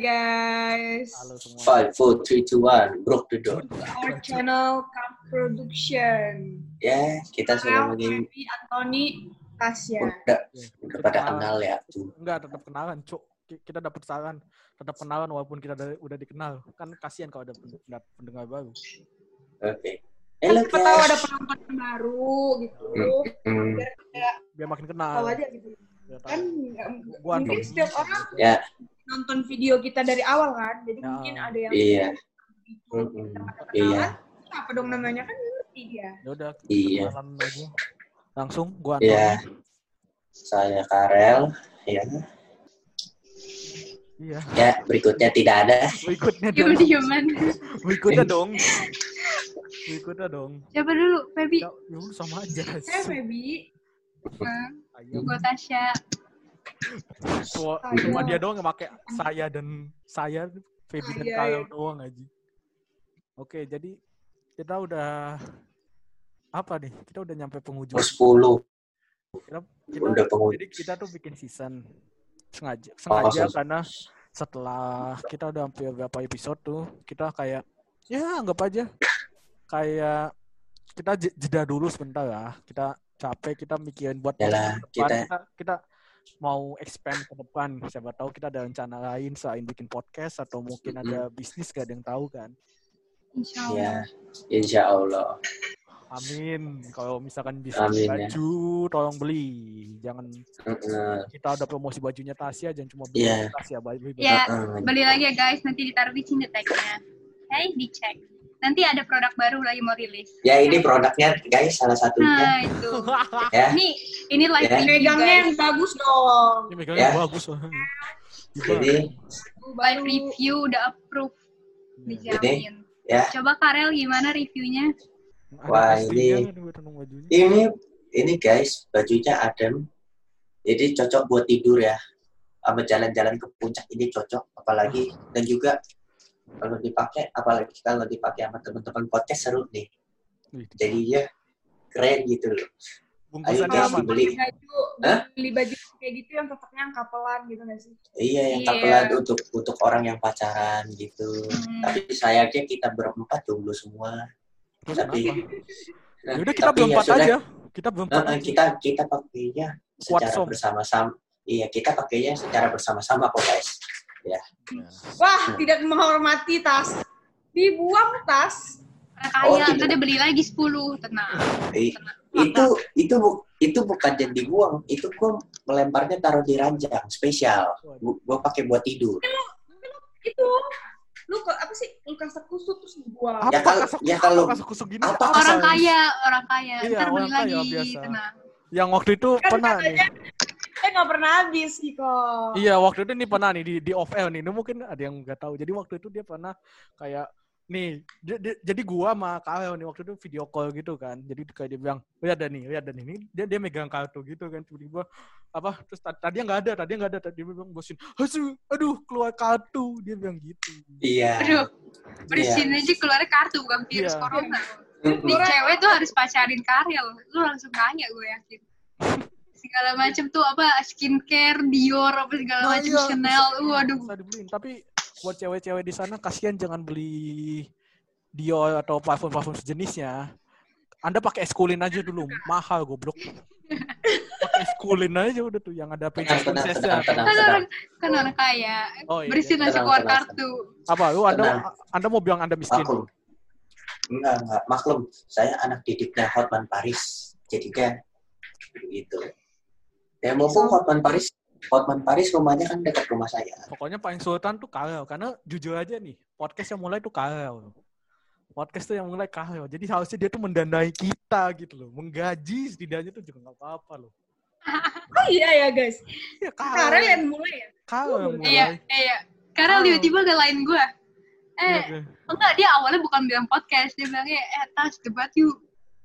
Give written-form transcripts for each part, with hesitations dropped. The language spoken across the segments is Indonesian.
guys. Halo semua. 5, 4, 3, 2, 1, broke the door. Our channel Cup Production. Ya, kita sudah Mel, Feby, Anthony, Tasya. Udah pada kenal ya tuh. Enggak, tetap kenalan, Cuk. Kita dapat saran, tetap kenalan walaupun kita udah dikenal. Kan kasihan kalau ada pendengar baru. Oke. Kan Halo siapa tahu ada guys. penonton baru gitu. Biar makin kenal. Tahu aja gitu. Kan mungkin setiap orang Ya, nonton video kita dari awal kan. Jadi Ya. mungkin ada yang iya. Iya. Apa dong namanya kan ngerti dia. Ya udah, Iya. kenalan aja. Langsung gua Iya. Anton. Saya Karel, ya. Iya. Ya, berikutnya tidak ada. Berikutnya dong. Diam-diaman. Berikutnya dong. Berikutnya dong. Siapa dulu? Feby. Ya lu sama aja. Saya Feby. Ayam. Gue Tasya. Cuma dia doang yang pakai saya dan saya, Feby dan Iya, Karel iya. doang aja. Oke, jadi kita udah apa nih? Kita udah nyampe penghujung. 10. Kita Udah penghujung. jadi kita tuh bikin season sengaja season. karena setelah kita udah hampir berapa episode tuh, kita kayak ya anggap aja kayak kita jeda dulu sebentar lah. Kita capek, kita mikirin buat Yalah, depan. Kita mau expand ke depan. Siapa tahu kita ada rencana lain selain bikin podcast atau mungkin ada bisnis, gak ada yang tahu kan. Insya Allah. Ya, insya Allah. Amin. Kalau misalkan bisnis Amin, ya. baju, tolong beli. Jangan kita ada promosi bajunya Tasya, jangan cuma beli Iya. Tasya. Beli. Ya, beli lagi ya guys. Nanti ditaruh di sini tagnya. Oke, dicek. Nanti ada produk baru lagi mau rilis. Ya, ini produknya guys, salah Nah, satunya. itu. Ya. Ini live Ya. review Megangnya yang guys. bagus dong. Ini megangnya Ya. bagus. Jadi, Live review udah approve. Dijamin. ya. Coba Karel gimana reviewnya? Wah, ini guys, bajunya adem. Jadi cocok buat tidur ya. Sama jalan-jalan ke puncak ini cocok, apalagi dan juga kalau dipakai, apalagi kalau dipakai sama teman-teman podcast seru nih. Jadinya keren gitu loh. Bungkusannya Ayo, aman. beli. Beli baju kayak gitu yang cocoknya yang kapelan gitu nggak sih? Iya, yang Iya. kapelan untuk orang yang pacaran gitu. Tapi sayangnya kita berempat jomblo semua. Terus Tapi kenapa? Yaudah kita berempat sudah. aja. Kita berempat aja. Kita pakainya secara Watsom. bersama-sama. Iya, kita pakainya secara bersama-sama kok guys. Ya. Wah, tidak menghormati tas. Dibuang tas. Orang kaya, tidak. ntar dia beli lagi 10. Tenang. Itu bukan jadi dibuang, itu gua melemparnya taruh di ranjang spesial. Gua pakai buat tidur. Itu lu apa sih? Lu kasar kusut terus dibuang. Kalau kasar-kusuk gini? apa Orang kasar- kaya. Iya, Ntar beli orang kaya lagi. biasa. Tenang. Yang waktu itu Kan pernah katanya, nih. saya nggak pernah habis Kiko. Iya, waktu itu nih pernah nih di off air nih. Ini mungkin ada yang nggak tahu. Jadi waktu itu dia pernah kayak nih, jadi gua sama Karel nih waktu itu video call gitu kan. Jadi kayak dia bilang, lihat dah nih. Dia megang kartu gitu kan. Tiba-tiba apa? Terus tadi nggak ada. Tadi dia bilang bosin. Aduh, keluar kartu. Dia bilang gitu. Iya. Aduh, bersihin aja keluarnya kartu bukan virus Iya. corona. Nih cewek tuh harus pacarin Karel. Lu langsung nanya gue yakin. Segala macem tuh apa skincare, Dior apa segala macem, iya, Chanel. Waduh. Bisa dibeliin. Tapi buat cewek-cewek di sana kasihan, jangan beli Dior atau parfum sejenisnya. Anda pakai Esculin aja dulu, mahal goblok. Pakai Esculin aja udah tuh yang ada princess-princessnya. Tenang. Kan orang kaya. Oh, iya, Bersihin iya. langsung keluar Tenang. kartu. Apa lu Tenang. Anda mau bilang Anda miskin? Maklum. Enggak. Maklum. Saya anak didiknya Hotman Paris. Jadinya gitu. Ya mumpung Hotman Paris rumahnya kan dekat rumah saya. Pokoknya paling sultan tuh Karel, karena jujur aja nih, podcast yang mulai tuh Karel. Podcast tuh yang mulai Karel. Jadi harusnya dia tuh mendanai kita gitu loh. Menggaji setidaknya tuh juga nggak apa-apa loh. Oh iya ya guys. Ya, Karel yang mulai ya. Karel yang mulai. Iya. Karena tiba-tiba ngalahin gue. Iya. Enggak, dia awalnya bukan bilang podcast. Dia bilangnya, Tas, debat yuk.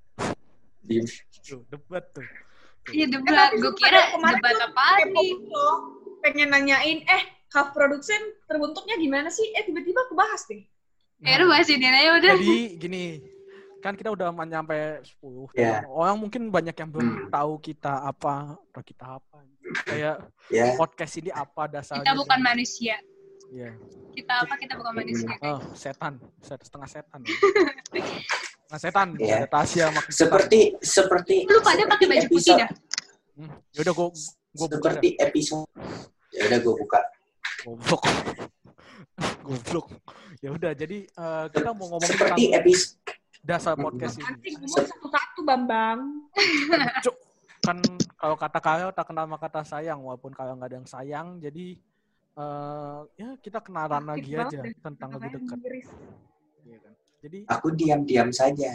Tuh, debat tuh. Iya, debat. Gue kira debat apaan nih? Pengen nanyain, Cup Production terbentuknya gimana sih? Tiba-tiba kebahas deh. Ya udah bahasin aja udah. Jadi gini, kan kita udah nyampe 10. Yeah. Orang mungkin banyak yang belum tahu kita apa. Kayak Ya. podcast ini apa dasarnya. Kita bukan manusia. Iya. Kita bukan manusia. Oh, setan. Setengah setan. Ya. Setengah setan. Iya. Ada Tasya makin Seperti Lu pada pakai baju putih dah. Ya udah gua buka seperti episode. Ya udah gue buka. goblok. Goblok. Ya udah, jadi kita mau ngomongin Seperti tentang episode. dasar podcast Nanti ini. ngomong satu-satu, Bambang. Cuk, kan kalau kata kalian tak kenal sama kata sayang, walaupun kalau nggak ada yang sayang, jadi ya kita kenalan Sakit lagi banget aja deh, tentang kata-katanya lebih dekat. miris. Iya kan? Jadi Aku diam-diam saja.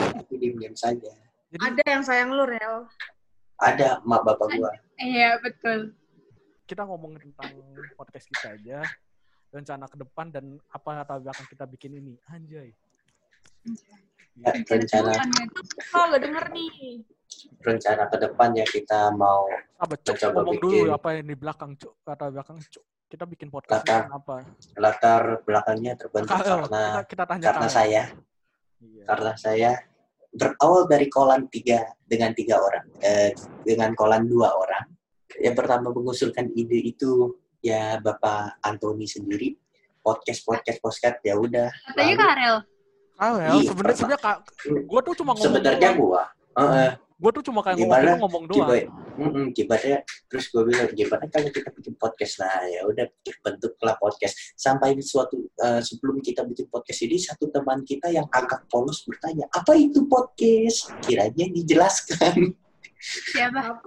Ada yang sayang lu, Rel. Ada mak bapak gua. Iya, betul. kita ngomongin tentang podcast kita aja, rencana ke depan dan apa latar belakang kita bikin ini. Anjay. Ya, rencana Oh, gak denger nih. ke depan ya kita mau Apa, Cuk? Mencoba Ngomong bikin. dulu apa yang di belakang, Cuk. Latar belakang, Cuk. Kita bikin podcast Latar. ini apa? latar belakangnya terbentuk KL. karena Kita tanya karena KL. saya Iya. karena saya berawal dari kolan 3 dengan 3 orang dengan kolan 2 orang. Yang pertama mengusulkan ide itu ya Bapak Antoni sendiri, podcast ya udah. Katanya Lalu- Karel. KL, Iya, sebenarnya gue tuh cuma ngomong sebenarnya doang. Gue tuh cuma kayak ngomong doang. Gimana terus gue bilang gimana kalau kita bikin podcast, nah ya udah bentuklah podcast. Sampai suatu sebelum kita bikin podcast ini, satu teman kita yang agak polos bertanya, apa itu podcast, kiranya dijelaskan. Siapa?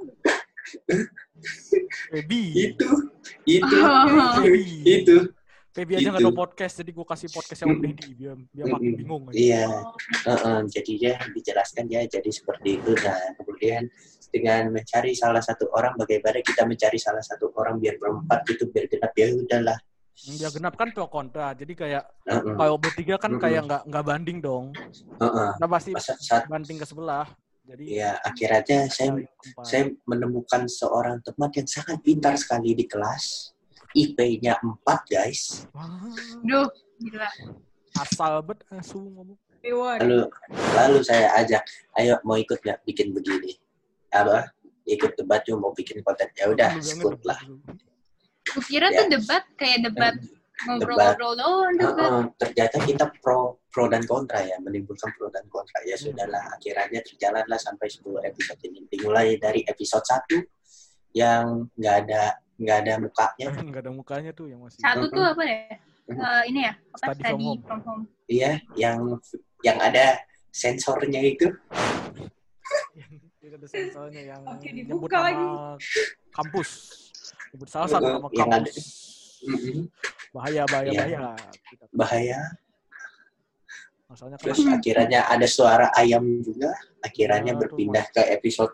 Baby. itu Oh. Baby. Baby aja nggak Gitu. ada podcast, jadi gue kasih podcast yang Daddy biar makin bingung aja. Iya, jadinya dijelaskan ya, jadi seperti itu. Nah, kemudian dengan mencari salah satu orang, bagaimana kita mencari salah satu orang biar berempat gitu, biar genap, ya udahlah. Dia genap kan pro kontra, jadi kayak Heeh, kalau bertiga kan Mm-mm. kayak nggak banding dong. heeh. Nah pasti Saat banding ke sebelah. Jadi ya akhirnya cari empat. saya menemukan seorang teman yang sangat pintar sekali di kelas. IP-nya 4, guys. Wah, Duh, gila. asal bet asu ngomong. Dewa. Lalu saya ajak, ayo mau ikut nggak bikin begini? Apa? Ikut debat juga mau bikin konten. Ya udah, ikut lah. Gue kira Ya. tuh debat kayak debat Debat. ngobrol-ngobrol doang debat. Ternyata kita pro dan kontra ya, menimbulkan pro dan kontra. Ya sudahlah, akhirnya terjalanlah sampai 10 episode ini. Dimulai dari episode 1 yang nggak ada mukanya. Nggak ada mukanya tuh yang masih. Satu tuh apa ya? Ini ya, apa Study from study home. from home. Iya, yang ada sensornya itu. Yang ada sensornya yang Oke, nyebut dibuka nama lagi. kampus. Nyebut salah satu nama Yang kampus. Bahaya. Iya. Kita, Bahaya. masalahnya kan Terus akhirnya ada suara ayam juga. Akhirnya Ya, berpindah ke episode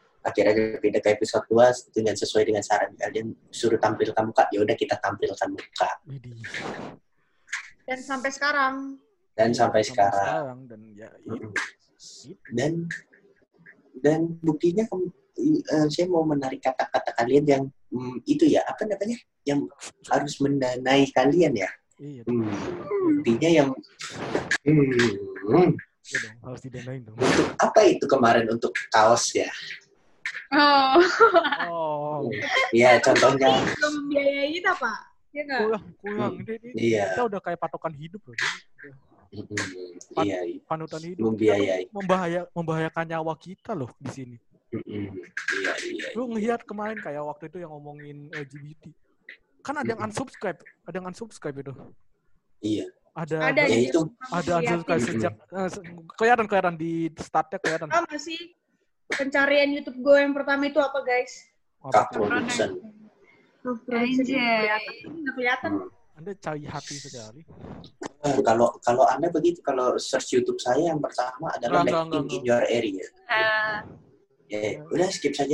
2 dengan sesuai dengan saran kalian, suruh tampilkan muka. Ya udah kita tampilkan muka. Widih. Dan sampai sekarang. Dan sampai sekarang. Dan ya itu. Dan buktinya saya mau menarik kata-kata kalian yang itu ya, apa namanya? Yang harus mendanai kalian ya. Iya, Buktinya yang iya dong, harus didanain dong. untuk apa itu kemarin, untuk kaos ya. Oh, Oh, Ya contohnya. Belum membiayai kita, Pak. Iya nggak? kurang. Ini Iya. kita udah kayak patokan hidup loh. Iya, Panutan hidup. membiayai. Membahayakan nyawa kita loh di sini. Iya. Lu ngeliat kemarin kayak waktu itu yang ngomongin LGBT. Kan ada yang unsubscribe itu. Iya. Ada Ada Ya yang itu. ada unsubscribe sejak kelihatan di startnya kelihatan. Sama sih. Pencarian YouTube gue yang pertama itu apa, guys? Kak Production. Anjay. Nggak kelihatan. Anda cari hati sekali. Kalau Anda begitu, kalau search YouTube saya yang pertama adalah Enggak. Lighting in Your Area. Ya, udah skip saja.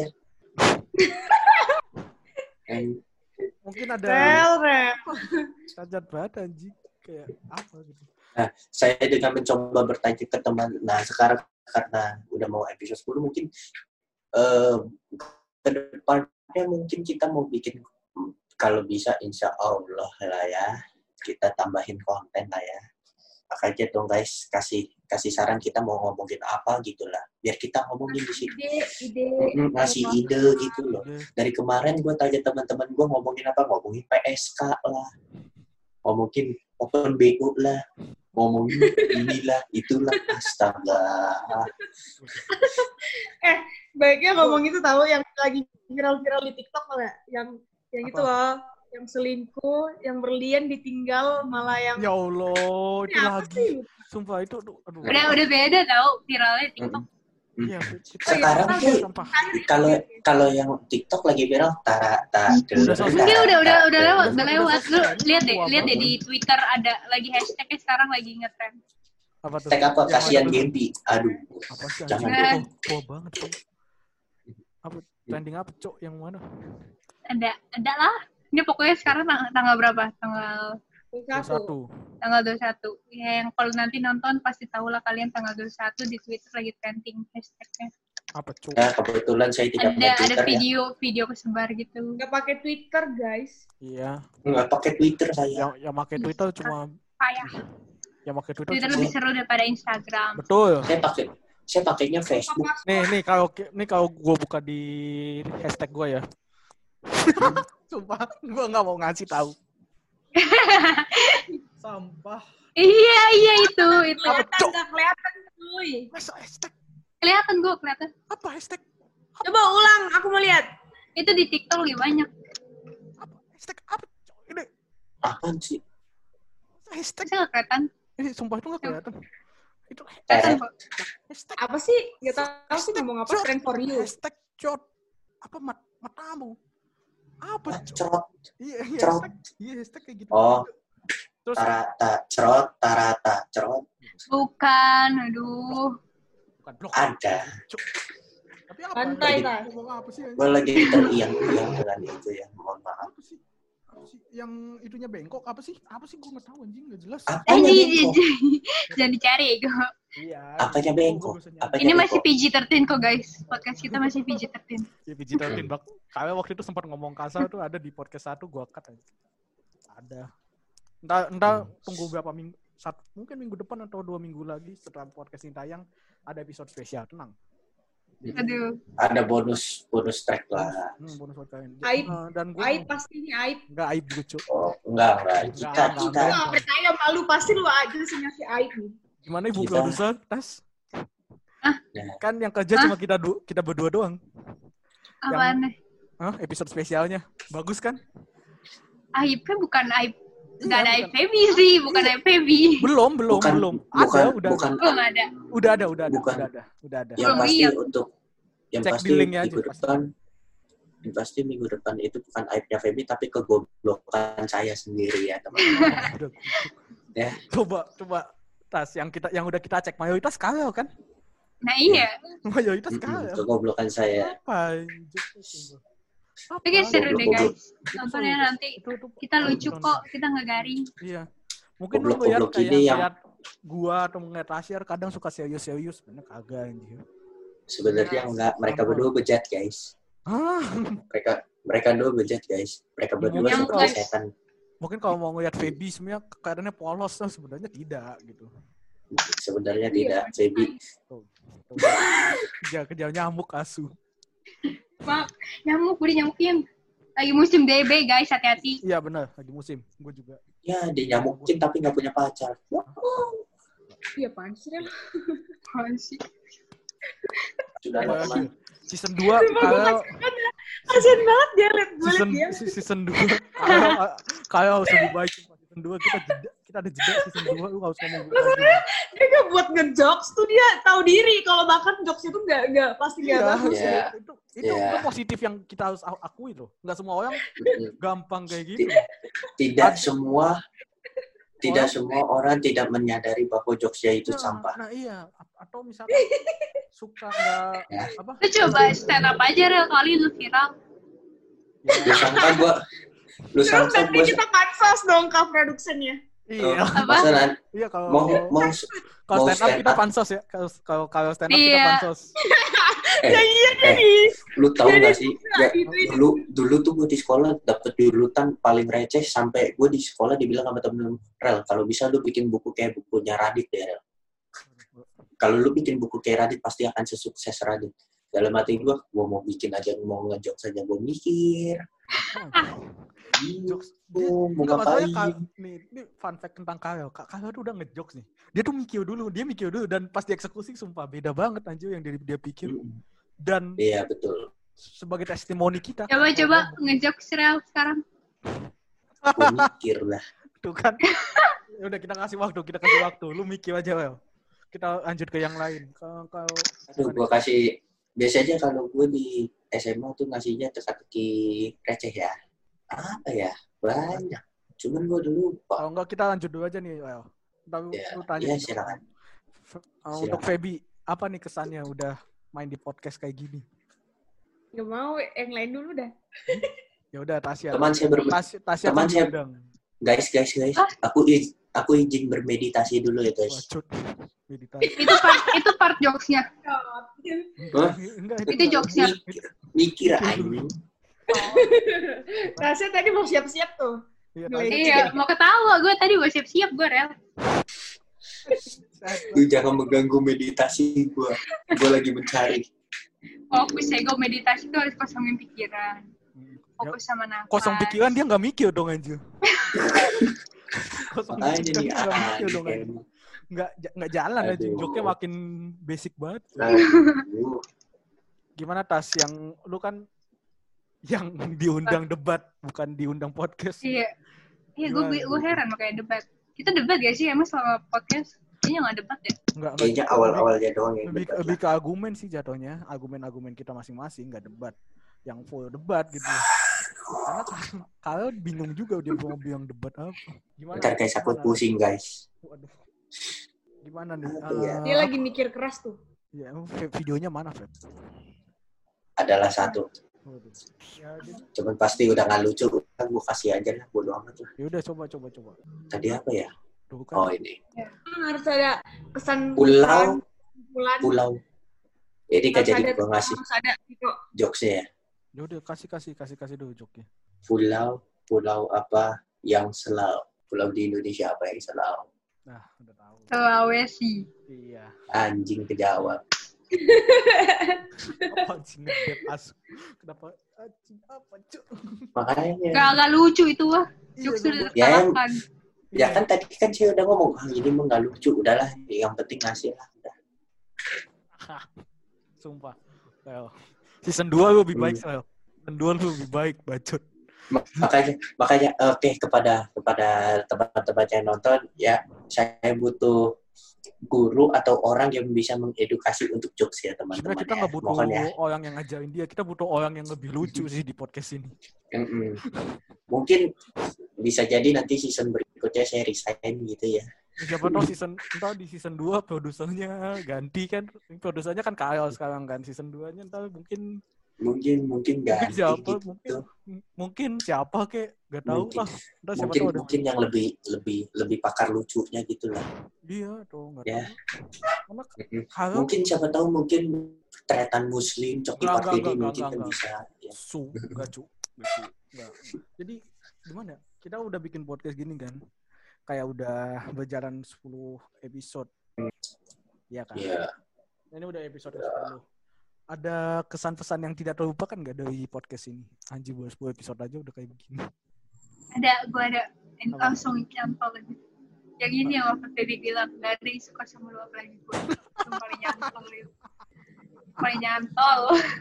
And Mungkin ada Rel. sajat banget anjing kayak apa gitu. saya dengan mencoba bertanya ke teman, nah sekarang karena udah mau episode 10 mungkin ke depannya mungkin kita mau bikin, kalau bisa insya Allah lah ya, kita tambahin konten lah ya. Makanya dong guys, kasih saran kita mau ngomongin apa gitu lah, biar kita ngomongin di sini. Ide. Ngasih ide gitu loh. Dari kemarin gue tanya teman-teman gue ngomongin apa, ngomongin PSK lah, ngomongin open BO lah, ngomongin inilah, itulah, astaga. Baiknya ngomong itu tahu yang lagi viral-viral di TikTok nggak? Yang itu loh, yang selingkuh, yang berlian ditinggal malah yang Ya Allah, itu Ini apa lagi. sih? Sumpah itu aduh. Udah beda tau viralnya TikTok. Iya, Sekarang tuh sampah. kalau yang TikTok lagi viral tarata. Mungkin udah lewat. Lu lihat deh Tua banget. di Twitter ada lagi hashtagnya sekarang lagi ngetren. Apa tuh? Tag apa? Yang Kasihan mana tuh? Gempi. Aduh. Apa sih? Jangan. anjing? Tua banget tuh. Apa trending apa, Cok? Yang mana? Ada lah. Ini pokoknya sekarang tanggal berapa? Tanggal 21. 21. Ya, yang kalau nanti nonton pasti tahu lah kalian tanggal 21 di Twitter lagi trending hashtagnya. Apa, Cok? Ya, kebetulan saya tidak punya Ada Twitter ya. video kesebar gitu. Nggak pakai Twitter, guys. Iya. Nggak pakai Twitter saya. Yang pakai Twitter cuma Payah. yang pakai Twitter. Twitter cuma- lebih seru daripada Instagram. Betul. Saya pakainya Facebook. Nih kalau gue buka di hashtag gue ya. Sumpah, gue nggak mau ngasih tahu. Sampah. Iya itu. Kelihatan nggak kelihatan, cuy. Masa hashtag? Kelihatan Apa hashtag? Coba ulang, aku mau lihat. itu di TikTok lebih banyak. Apa hashtag? Apa? Cok? Ini Apaan sih? hashtag. Saya nggak kelihatan. Ini sumpah itu nggak kelihatan. Itu Kelihatan kok. hashtag. Apa sih? Nggak tahu sih ngomong apa. Trend for you. Hashtag cot. Apa matamu? Apa? Cok? Cerot. Iya, Cerot. hashtag. Iya, hashtag kayak gitu. Oh, Terus tarata, cerot. Bukan, aduh. bukan blok. Ada. Cok. Tapi apa? Pantai, Ini Tas. ngomong apa sih? Gue lagi teriang-iang dengan itu ya. Mohon maaf. Apa sih? Apa sih? Yang itunya bengkok apa sih? Apa sih gue nggak tahu anjing, nggak jelas. Apanya bengkok? Jangan dicari kok. Iya. Apanya bengkok? Apanya Ini masih bengkok? PG-13 kok guys. Podcast kita masih PG-13. Ya, PG-13 bak. Kalian waktu itu sempat ngomong kasar tuh ada di podcast 1 gua cut aja. Ada. Entah tunggu berapa minggu. Mungkin minggu depan atau 2 minggu lagi setelah podcast ini tayang ada episode spesial, tenang. Aduh. Ada bonus track lah. Bonus buat kalian. Aib. Dan gua Aib pasti ini aib. enggak aib gue, Cuk. Oh, enggak. Kita Aku nggak percaya malu pasti lu aja sih ngasih aib nih. Gimana Ibu Kita- produser? Tas? Nah. Kan yang kerja cuma kita berdua doang. Apaan nih? Episode spesialnya. Bagus kan? Aibnya bukan aib. Nggak Iya, ada aib bukan. Feby sih, bukan aib Feby. Belum. bukan Ada, bukan Belum ada. udah ada. Bukan. Udah ada. yang Belum pasti lihat. yang Cek pasti billingnya aja, minggu pasti. depan yang pasti minggu depan itu bukan aibnya Feby tapi kegoblokan saya sendiri ya teman-teman. Udah. Ya. Coba Tas yang udah kita cek mayoritas Karel kan? Nah iya. Mayoritas Karel. Kegoblokan saya. Apa? Oke seru deh Goblok-goblok. guys. Nontonnya nanti. Kita lucu kok, kita nggak garing. Iya. Mungkin lu Goblok-goblok ngeliat kayak ini yang- ngeliat gua atau ngeliat Asyar kadang suka serius-serius, sebenarnya kagak anjir. Sebenarnya enggak, mereka berdua bejat guys. Ah, Mereka berdua bejat guys. Mereka berdua Yang seperti guys. setan. mungkin kalau mau ngeliat Feby sebenarnya keadaannya polos, nah sebenarnya tidak gitu. Sebenarnya tidak, Feby. Tuh. Kejar nyamuk asu. Mak, nyamuk, udah nyamukin. Lagi musim DB guys, hati-hati. Iya benar, lagi musim. Gue juga. Ya, dia nyamukin tapi nggak punya pacar. Iya apaan sih Rel? Apaan sih? Sudah ada teman. Season 2 kalau Kasian banget dia liat gue liat dia. season 2 kalau harus lebih baik season 2 kita ada jeda season 2 lu harus ngomong lagi. Dia gak buat ngejokes tuh dia tahu diri kalau bahkan jokes itu nggak pasti nggak bagus. Iya. Ya. Itu Iya. positif yang kita harus akui loh. Nggak semua orang gampang kayak gitu. Tidak semua orang tidak menyadari bahwa jokesnya itu sampah. Nah iya, atau misalkan suka nggak Ya. apa? Lu coba stand up aja Rel, kali lu viral. Lu sangka gua Terus nanti kita pansos dong ke produksinya. Iya. masalah Iya kalau mau kalau mau stand up stand kita up. pansos ya. Kalau stand up kita Iya. pansos. Ya iya jadi. Lu tahu Jadi, nggak sih? Ya, itu. dulu tuh gue di sekolah dapet julutan paling receh sampai gue di sekolah dibilang sama temen Rel, kalau bisa lu bikin buku kayak bukunya Radit ya Rel. Kalau lu bikin buku kayak Radit pasti akan sesukses Radit. Dalam hati gue mau bikin aja, mau ngejok saja gue mikir. Jokes. Mau Enggak, masalahnya ngapain? ini fun fact tentang Kyle. Kyle tuh udah ngejokes nih. Dia tuh mikir dulu dan pas dieksekusi sumpah beda banget anjir yang dia pikir. Dan Iya betul. sebagai testimoni kita. Coba ngejok Rel sekarang. Gue mikir lah. Tuh kan. Ya udah kita kasih waktu. Lu mikir aja, Wel. Kita lanjut ke yang lain. Kalau Aduh, gue kasih biasanya kalau gue di SMA tuh ngasihnya teka-teki receh ya. Apa ya? Banyak. Cuman gue dulu lupa. kalau enggak kita lanjut dulu aja nih, Wel. Lu tanya. Iya, silakan. Untuk Feby, apa nih kesannya udah main di podcast kayak gini? Gak mau, yang lain dulu dah. Ya udah Tasya. Teman saya Tasya teman kan saya- diundang. Guys. Aku izin bermeditasi dulu ya, guys. Wacut. Meditasi. Itu part jokesnya. Hah? Enggak, Itu jokesnya. Mikir anjing. Tasya tadi mau siap-siap tuh. Iya, Iya, mau ketawa. Gue tadi mau siap-siap gue, Rel. Lu jangan mengganggu meditasi gue. Gue lagi mencari. Fokus ya, gue meditasi tuh harus kosongin pikiran. Fokus sama nafas. Kosong pikiran dia nggak mikir dong anjir. Kosong Makanya pikiran nih dia nggak mikir dong anjir. emang. Nggak jalan anjir. Aduh. Joknya makin basic banget. Aduh. Gimana Tas yang lu kan yang diundang debat bukan diundang podcast. Iya. Iya, Gimana? gue heran makanya debat. Kita debat gak sih emang selama podcast? Kayaknya gak debat ya? Enggak. Kayaknya awal-awalnya doang yang Lebih, debat lebih lah. ke argumen sih jatuhnya. Argumen-argumen kita masing-masing nggak debat. Yang full debat gitu. Karena kalau bingung juga dia mau bilang debat apa. Gimana? Ntar guys, aku pusing guys. Waduh. Gimana nih? Aduh, ya. Dia lagi mikir keras tuh. Ya, videonya mana, Feb? Adalah satu. Waduh. Ya, Cuman pasti udah nggak lucu. Kan gue kasih aja lah, bodo amat lah. udah coba. Tadi apa ya? Tuh kan. Oh ini. Harus ada kesan Pulau. kumpulan. Pulau. Jadi gak Harus jadi ada, gue ngasih harus ada gitu. jokesnya ya. Ya udah kasih dulu joknya. Pulau apa yang selau? Pulau di Indonesia apa yang selau? Nah, udah tahu. Sulawesi. Iya. Anjing kejawab. Apa sih ngebet asu? Kenapa anjing apa, Cuk? Makanya. Gak lucu itu wah. Iya, Jokes sudah Ya, terkalahkan. Ya kan tadi kan saya udah ngomong, ini mah nggak lucu. Udahlah, yang penting ngasih lah. Udah. Sumpah. Well, season 2 lu lebih baik, Sel. Season 2 lu lebih baik, bacot. Makanya oke kepada teman-teman yang nonton ya, saya butuh guru atau orang yang bisa mengedukasi untuk jokes ya teman-teman. Sebenarnya kita ya. nggak butuh Mohon ya. orang yang ngajarin dia, kita butuh orang yang lebih lucu sih di podcast ini. Mungkin bisa jadi nanti season berikutnya saya resign gitu ya. Siapa tahu di season 2 produsernya ganti kan. Produsernya kan Kyle sekarang kan. Season 2-nya ntar mungkin Nggak siapa gitu. mungkin siapa kek gak tahu Mungkin. lah. Ntar siapa tahu ada. Mungkin yang lebih pakar lucunya gitu lah. Iya tuh nggak Ya. tahu. Karena Kyle Mungkin siapa tahu mungkin tretan muslim Coki Enggak, Pardede enggak, mungkin kan enggak. bisa ya. enggak cu. Enggak. Jadi gimana? Kita udah bikin podcast gini kan. Kayak udah berjalan 10 episode. Iya kan? Iya. Ini udah episode 10. Ada kesan-pesan yang tidak terlupakan nggak dari podcast ini? Anjir, baru 10 episode aja udah kayak begini. Gue ada langsung contoh lagi. Yang ini yang waktu tadi bilang gak ada yang suka sama lu apalagi gue. Yang paling nyantol itu. Paling nyantol.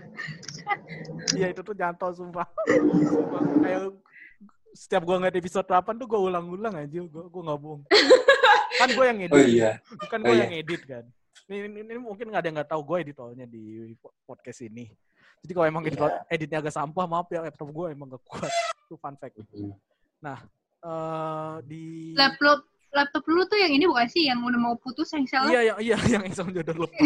Iya itu tuh nyantol sumpah. Kayak setiap gua ngeliat episode 8 tuh gua ulang-ulang aja. Gua nggak bohong. Kan gua yang edit. Oh iya. Bukan Oh gua iya. yang edit kan. Ini mungkin nggak ada yang nggak tahu gue editornya di podcast ini. Jadi kalau emang editnya agak sampah, maaf ya, laptop gue emang gak kuat. Itu fun fact. Nah, di Laptop lu tuh yang ini bukan sih yang udah mau putus yang salah? Iya, yang Exxon jodoh lepas.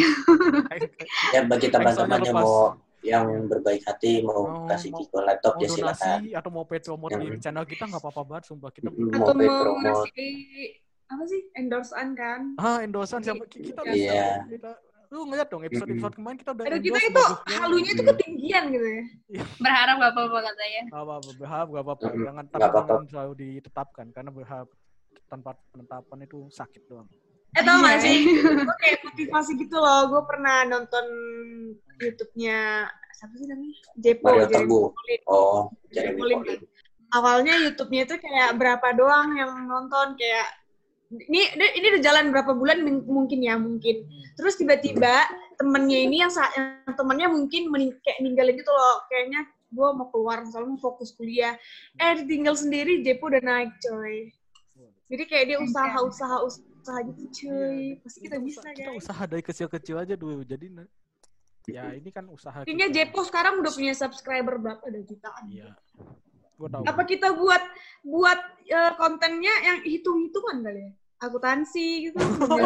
Ya bagi teman-teman yang lepas. mau yang berbaik hati mau kasih Kiko laptop Mau ya silakan. donasi atau mau pay promote di channel kita nggak apa-apa banget, sumpah kita. Mau Atau pay mau promote. ngasih apa sih endorsean kan? Endorsean siapa kita? Iya. Lu ngeliat dong episode kemarin kita udah Aduh, kita endorse itu bagusnya. halunya itu ketinggian gitu ya. Berharap gak apa-apa katanya. Gak apa-apa, berharap gak apa-apa. Jangan apa-apa. selalu ditetapkan karena berharap tanpa penetapan itu sakit doang. Tau gak Iya. sih? Gue kayak motivasi gitu loh. Gue pernah nonton YouTube-nya siapa sih namanya? Jepo. Mario Jeremy Teguh. Pauline. Oh, Jeremy Jeremy Pauline. Pauline. Awalnya YouTube-nya itu kayak berapa doang yang nonton, kayak ini udah jalan berapa bulan mungkin. Terus tiba-tiba temennya ini yang temennya mungkin kayak ninggalin gitu loh, kayaknya gue mau keluar soalnya mau fokus kuliah. Tinggal sendiri Jepo udah naik coy. Jadi kayak dia usaha gitu cuy. Pasti kita bisa Kita guys. usaha dari kecil-kecil aja dulu. Jadi ya ini kan usaha. Kayaknya kita. Jepo sekarang udah punya subscriber berapa? Udah jutaan. Iya. Gua tahu. Apa kita buat kontennya yang hitung-hitungan kali ya? Akuntansi gitu.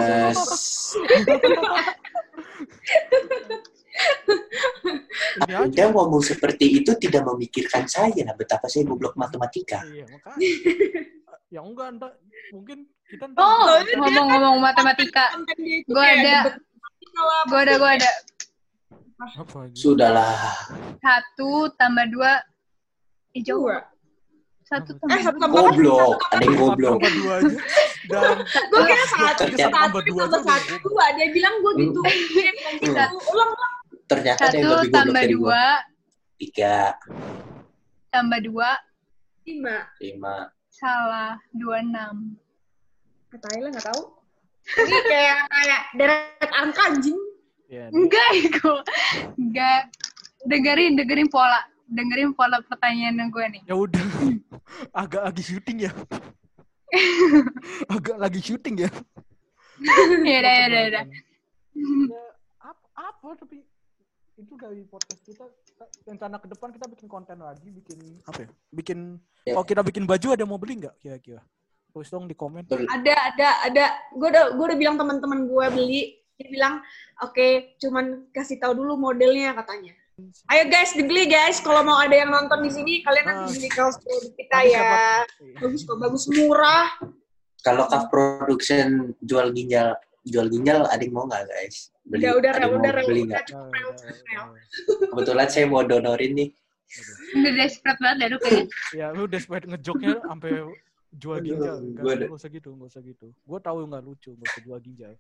Ini aja. Anda ngomong seperti itu tidak memikirkan saya betapa saya goblok matematika. Iya, makanya. Ya enggak, entar mungkin kita Oh, Soalnya dia ngomong-ngomong matematika. Konten dia itu Gua kayak ada. debat matematika lah. Gua ada. apa lagi? Sudahlah. 1 tambah 2. Jauh. Dua. 1 1 tambah tambah Goblok, ada yang goblok. Tambah 2 aja. Dan gue kira satu Ternyata tambah dua tambah aja. satu. Dia bilang gue gitu. Ulang. Ternyata ada yang 1 lebih goblok tambah dari 2 gua. 3, tambah 2 5. 5. salah 26. Kata Ayla nggak tahu. Ini kayak deret angka anjing. ya, Enggak, Iko. Enggak. Dengerin pola pertanyaan gue nih. ya udah. Agak lagi syuting ya. Agak lagi syuting ya. Ya udah. Ya, apa tapi itu dari podcast kita rencana ke depan kita bikin konten lagi, bikin apa ya? Ya. Kalau kita bikin baju ada mau beli nggak kira-kira? Tulis dong di komen. Ada. Gue udah bilang teman-teman gue beli. Dia bilang, oke, cuman kasih tahu dulu modelnya katanya. Ayo guys, dibeli guys. Kalau mau ada yang nonton di sini, kalian nanti beli kaos produk kita Nanti ya. Bagus kok, bagus murah. Kalau Kaf Production jual ginjal ada yang mau nggak guys? Beli, Udah, ada yang mau beli nggak? cukup rel. Kebetulan saya mau donorin nih. Udah desperate banget ya, kayaknya. Ya lu desperate ngejoknya sampai jual ginjal. Gua Enggak usah gitu. Gue tahu nggak lucu, nggak usah jual ginjal.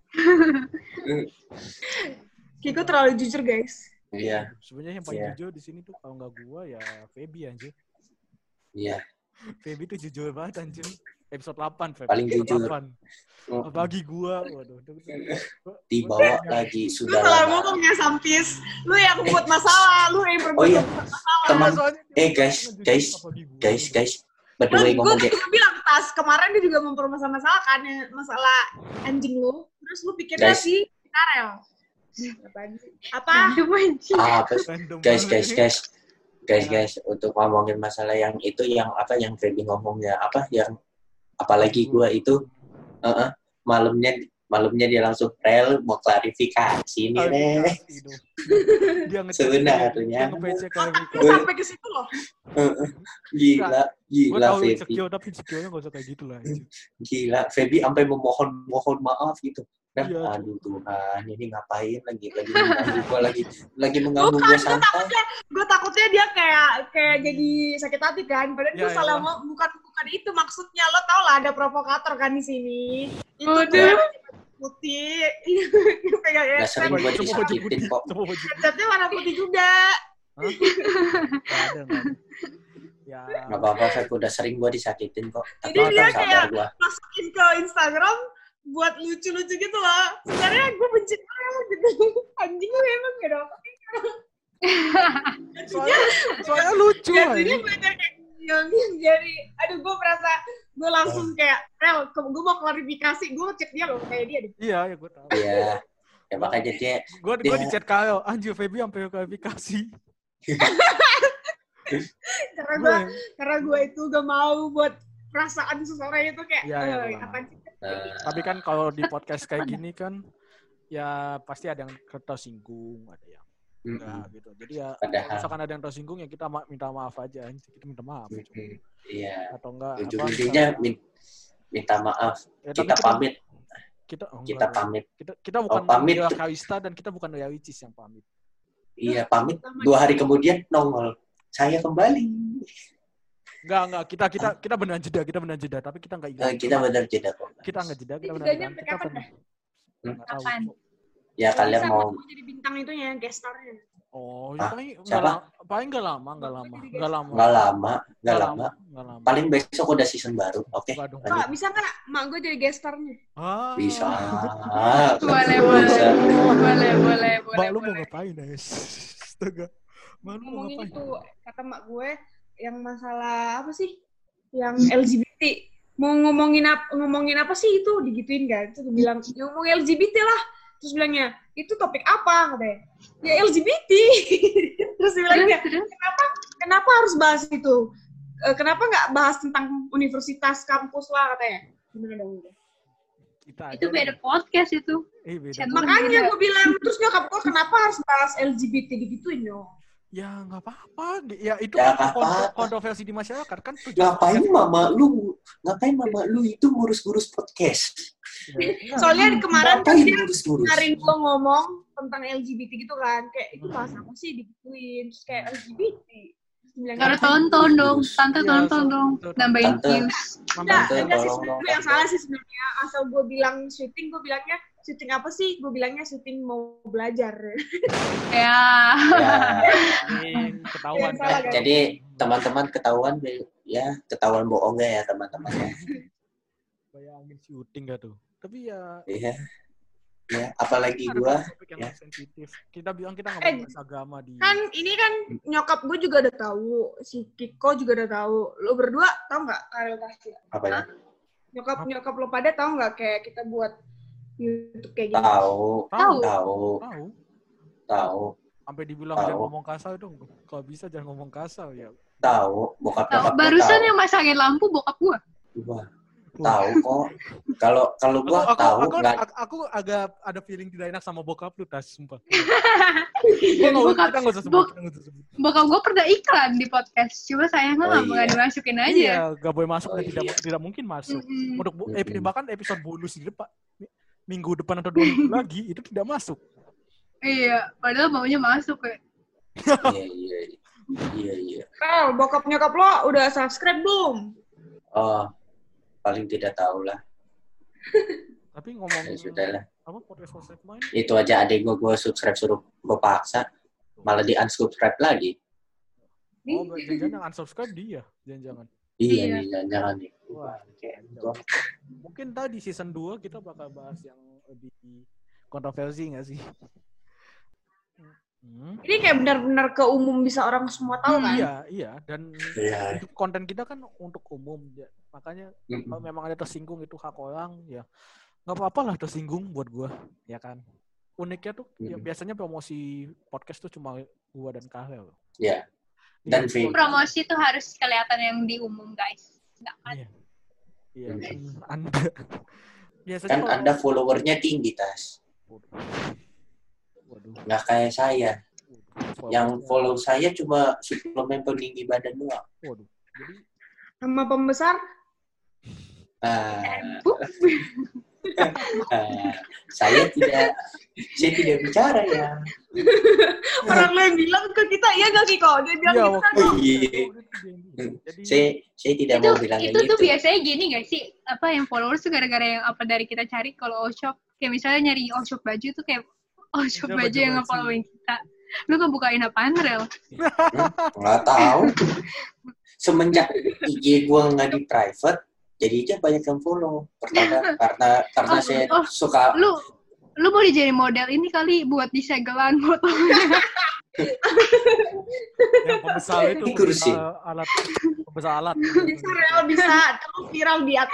Kiko terlalu jujur guys. Iya, Sebenarnya yang paling Iya. jujur di sini tuh kalau nggak gua ya Feby anjir. iya. Feby tuh jujur banget anjir. Episode 8 Feby. Paling Episode jujur. 8. Bagi gua, waduh. Dibawa lagi Lu sudah salah lama. ngomong ya Sampis. Lu yang buat masalah, lu yang berbuat Oh iya, masalah. teman. Soalnya Guys. By the way Gue ngomong kayak bilang tas kemarin dia juga mempermasalahkan masalah anjing lu. Terus lu pikirnya Guys. si Karel. Apa? Aduh, anjing. apa? Random Guys, banget. guys, untuk ngomongin masalah yang itu yang apa yang Feby ngomongnya apa yang apalagi gua itu malamnya dia langsung rel mau klarifikasi nih deh. Dia ngecek Sebenarnya. dia nge-PC klarifikasi. Gue sampai ke situ loh. Gue Gila tahu Feby. insecure tapi insecure-nya gak usah kayak gitu lah. anjir. Gila, Feby sampai mohon maaf gitu. Dan Iya. aduh Tuhan, ini ngapain lagi mengganggu gua lagi mengganggu gua santai. Gue takutnya dia kayak jadi sakit hati kan. Padahal Ya, gue salah ya. bukan itu maksudnya. Lo tau lah ada provokator kan di sini. Itu Waduh. tuh putih. Pegang Nggak sering gua Coba baju disakitin putih. kok. Coba baju putih. Catnya warna putih juga. Hah? Nggak ada. Ya. Nggak apa-apa, Feb, udah sering gua disakitin kok. Tapi Jadi dia tetap sabar kayak gua. masukin ke Instagram buat lucu-lucu gitu loh. Sebenarnya gue benci banget gitu. Anjing lu emang gak dapet. Soalnya lucu Jadinya aja. banyak yang jadi, aduh gue merasa gue langsung kayak, Rel, gue mau klarifikasi, gue cek dia loh kayak dia deh. Iya, ya gue tahu. Iya. Ya makanya dia Gue di chat Kyle, anjir Feby sampai klarifikasi. Karena gue itu gak mau buat perasaan seseorang itu kayak, Iya, iya, iya. apaan sih? Tapi kan kalau di podcast kayak gini kan, ya pasti ada yang tersinggung, ada yang enggak gitu. Jadi ya Padahal. kalau misalkan ada yang tersinggung ya kita minta maaf aja. Kita minta maaf. Iya. Atau enggak Ujung-ujungnya minta maaf. Ya, tapi Kita pamit. Kita Pamit. Kita bukan pamit. Ria Kalista dan kita bukan Ria Wicis yang pamit. Iya, pamit. 2 hari kemudian nongol. Saya kembali. Enggak, kita beneran jeda, tapi kita enggak hilang. Kita benar jeda kok. Kita enggak jeda, kita Ini beneran jedanya hilang. sampai kapan, Enggak tahu. Kapan? Ya kalian Bisa mau jadi bintang itunya, guest starnya. Oh, Ah, paling siapa? nggak lama. Nggak lama. Paling besok udah season baru. Oke. Waduh. Lanjut. Pak, bisa nggak mak gue jadi gestarnya? Ah. Bisa. Boleh. Mbak lu mau ngapain, guys? Astaga. Mbak lu mau Ngomongin ngapain? itu, kata mak gue yang masalah apa sih? Yang LGBT. Mau ngomongin apa sih itu digituin kan? Terus dia bilang, ngomong LGBT lah. Terus bilangnya, itu topik apa? Katanya, ya LGBT. Terus dia bilangnya, kenapa harus bahas itu? Kenapa nggak bahas tentang universitas, kampus lah katanya. Gimana dong? Itu beda podcast itu. Beda. Channel Makanya beda. gue bilang, terus nyokap gue kenapa harus bahas LGBT digituin yo? Ya nggak apa-apa. Ya itu Ya, kan nggak apa-apa. kontroversi di masyarakat kan. Ngapain mama lu itu ngurus-ngurus podcast? Soalnya kemarin kan Ngapain dia ngurus-ngurus? kemarin gue ngomong tentang LGBT gitu kan, kayak itu bahas apa sih digituin, terus kayak LGBT. Harus tonton dong, tante Iya, tonton dong, nambahin Tante. views. Enggak sih tolong sebenarnya dong, yang Tante. salah sih sebenarnya. Asal gue bilang syuting, gue bilangnya syuting apa sih? Gue bilangnya syuting mau belajar. Ya. Ketahuan Yang salah, kan. kan? Jadi teman-teman ketahuan bohong ya teman-teman ya. Bayangin syuting gak tuh. Tapi ya Iya. Ya, apalagi ada gua topik yang ya. sensitif. Kita bilang kita nggak mau bahas agama di. Kan ini kan nyokap gue juga udah tahu, si Kiko juga udah tahu. Lo berdua tahu nggak Karel Kasih? apa ya? Nyokap lo pada tahu nggak kayak kita buat YouTube kayak gini? Tahu. Tahu. Sampai dibilang Tahu. jangan ngomong kasar itu. Kalau bisa jangan ngomong kasar ya. Tahu, bokap Tahu. nyokap gua Barusan tahu. yang masangin lampu bokap gua. Wah, tahu kok. Kalau gua tahu nggak. Aku agak ada feeling tidak enak sama bokap lu, Tas, sumpah. Kita nggak usah sebut. Bokap gua pernah iklan di podcast, cuma sayangnya Oh, nggak iya. dimasukin aja. Iya, nggak boleh masuk dan iya. tidak mungkin masuk. Mm-mm. Untuk bahkan episode bonus di depan minggu depan atau 2 minggu lagi itu tidak masuk. Iya, padahal maunya masuk ya. Iya. Karel, bokap nyokap lo udah subscribe belum? Oh, paling tidak tahu lah. Tapi ngomong Ya sudahlah. apa podcast main? Itu aja adek gua subscribe suruh gua paksa, malah di unsubscribe lagi. Oh, jangan-jangan yang unsubscribe dia, jangan-jangan. Iya, jangan nih. Wah, Kayak gitu. mungkin tadi season 2 kita bakal bahas yang lebih kontroversi nggak sih? Ini kayak benar-benar ke umum bisa orang semua tahu kan? Iya. Dan Iya. untuk konten kita kan untuk umum, ya. Makanya Mm-mm. kalau memang ada tersinggung itu hak orang, ya nggak apa-apa lah tersinggung buat gua, ya kan. Uniknya tuh, ya biasanya promosi podcast tuh cuma gua dan Karel. Iya. Dan Iya, Promosi tuh harus kelihatan yang di umum, guys. Nggak kan? Iya, Hmm. kan Anda. Biasanya Kan kalau- Anda followernya tinggi, Tas. Waduh. Nggak kayak saya. Yang Followersnya- follow saya cuma suplemen peninggi badan doang. Waduh. Jadi Sama pembesar? Saya tidak bicara ya. Orang lo yang bilang ke kita, iya gak Kiko? Dia bilang iya, gitu waktu kan? Iya. Jadi Saya tidak mau bilang itu gitu. tuh biasanya gini gak sih? Apa yang followers tuh gara-gara yang apa dari kita cari kalau all shop. Kayak misalnya nyari all shop baju tuh kayak all shop Iya, baju yang baju-baju. nge-following kita. Lu ngebukain apaan, Rel? Nggak tahu. Semenjak IG gua nggak di private, jadinya banyak yang follow. Pertama karena saya suka. Lu mau dijadiin model ini kali buat disegelan fotonya. yang pembesar itu Ini kursi. pembesar alat. Bisa Rel, bisa. Terus viral dia.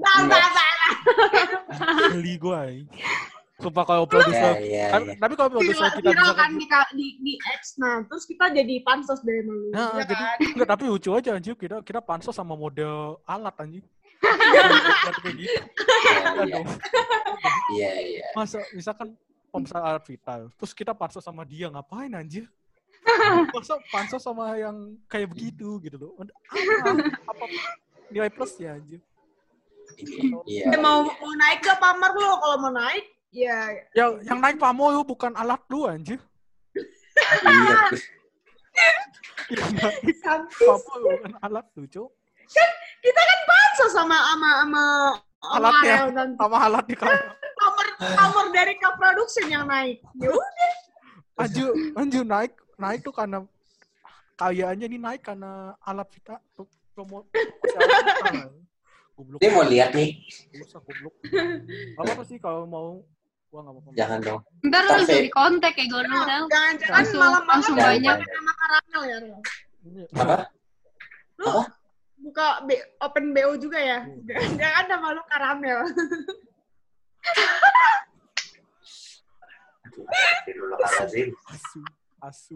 Beli gua. Sumpah kalau produser. Ya. Tapi kalau produser kita Viral bisa kan di X. Nah, terus kita jadi pansos dari malu. Nah, ya jadi kan? enggak, tapi lucu aja anjir, kita pansos sama model alat anjir. Kayak gitu. Aduh. Iya. Masa misalkan pembesar alat vital, terus kita pansos sama dia, ngapain anjir? Masa pansos sama yang kayak begitu gitu loh. Apa nilai plusnya anjir? Iya. Mau naik ke pamar lo, kalau mau naik ya Yang naik pamo lu bukan alat lu anjir. Iya. Yang naik kampus. pamo lu bukan alat lu, Cuk. Kita kan pansos sama Alatnya. Ariel dan Sama alat di kamar. pamar dari K Production yang naik. Ya udah. Anjir naik naik tuh karena kayaannya ini naik karena alat kita promo. Goblok. Dia mau lihat nih. Goblok. Apa sih kalau mau gua enggak apa-apa. Jangan dong. Ntar lu Tapi- langsung di kontak kayak gue dulu tau. Jangan-jangan malam langsung banget banyak. nama karamel ya. Ro? Apa? Lu buka open BO juga ya? Jangan nama lu karamel. Astagfirullahaladzim. Asu.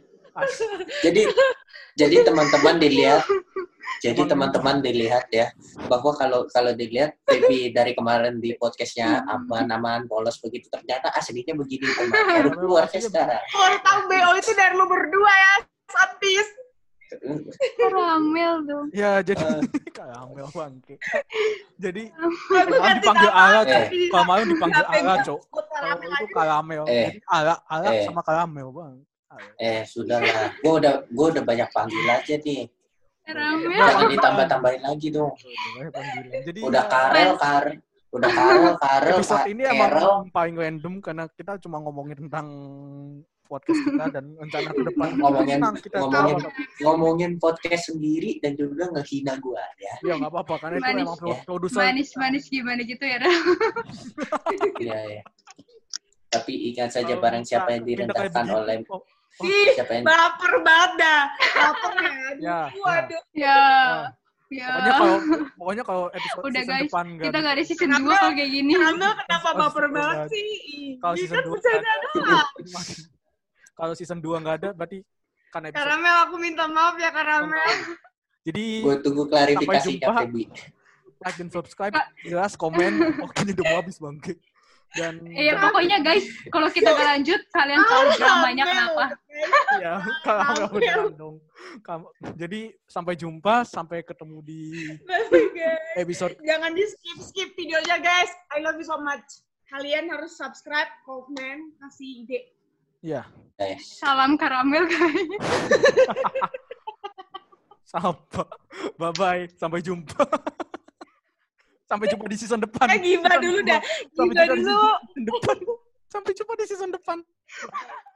Jadi teman-teman dilihat. Jadi teman-teman dilihat ya bahwa kalau dilihat Baby dari kemarin di podcastnya aman polos begitu, ternyata aslinya begini teman. Baru keluarnya sekarang. Kalau tahu BO itu dari lu berdua ya, Santis. Karamel dong. Ya, jadi karamel bangke. Jadi Aku kalau ganti dipanggil nama. Ala, Cok. Jadi Kalau mau dipanggil ngapain Ala, disebut Cok. Kalau karamel itu aja? karamel. Jadi Ala sama karamel, Bang. Sudahlah. Gua udah banyak panggil aja nih. Karamel. Jangan ditambah-tambahin lagi dong. Jadi Udah Karel. episode ini emang Carol. paling random karena kita cuma ngomongin tentang podcast kita dan rencana ke depan. ngomongin podcast sendiri dan juga ngehina gua ya. Ya nggak apa-apa karena itu Manis, emang ya. produser. Manis-manis gimana gitu ya. Iya. Tapi ingat saja barang siapa yang direndahkan oleh Ih, siapa yang baper banget dah. Baper Ya, ya. Waduh. Ya. Pokoknya kalau episode Udah season guys, depan kita nggak ada season Karamel. 2 kalau kayak gini. Karamel kenapa baper Astaga. banget sih? Kalau Ini season kan 2 bercanda doang. kalau season 2 nggak ada berarti kan episode. Karamel, aku minta maaf ya Karamel. Jadi gue tunggu klarifikasinya jumpa. Feby. like dan subscribe, jelas komen. Oke, ini udah mau habis bangke. Dan Iya, pokoknya guys, kalau kita nggak lanjut, kalian tahu dramanya kenapa. ya karamel beneran dong. Jadi sampai jumpa, sampai ketemu di episode. Jangan di skip videonya guys. I love you so much. Kalian harus subscribe, komen, kasih ide. Ya, Salam karamel guys. sampai bye bye, sampai jumpa. Sampai jumpa di season depan. Gibah dulu dah. Sampai Gibah jumpa di dulu. season depan. Sampai jumpa di season depan.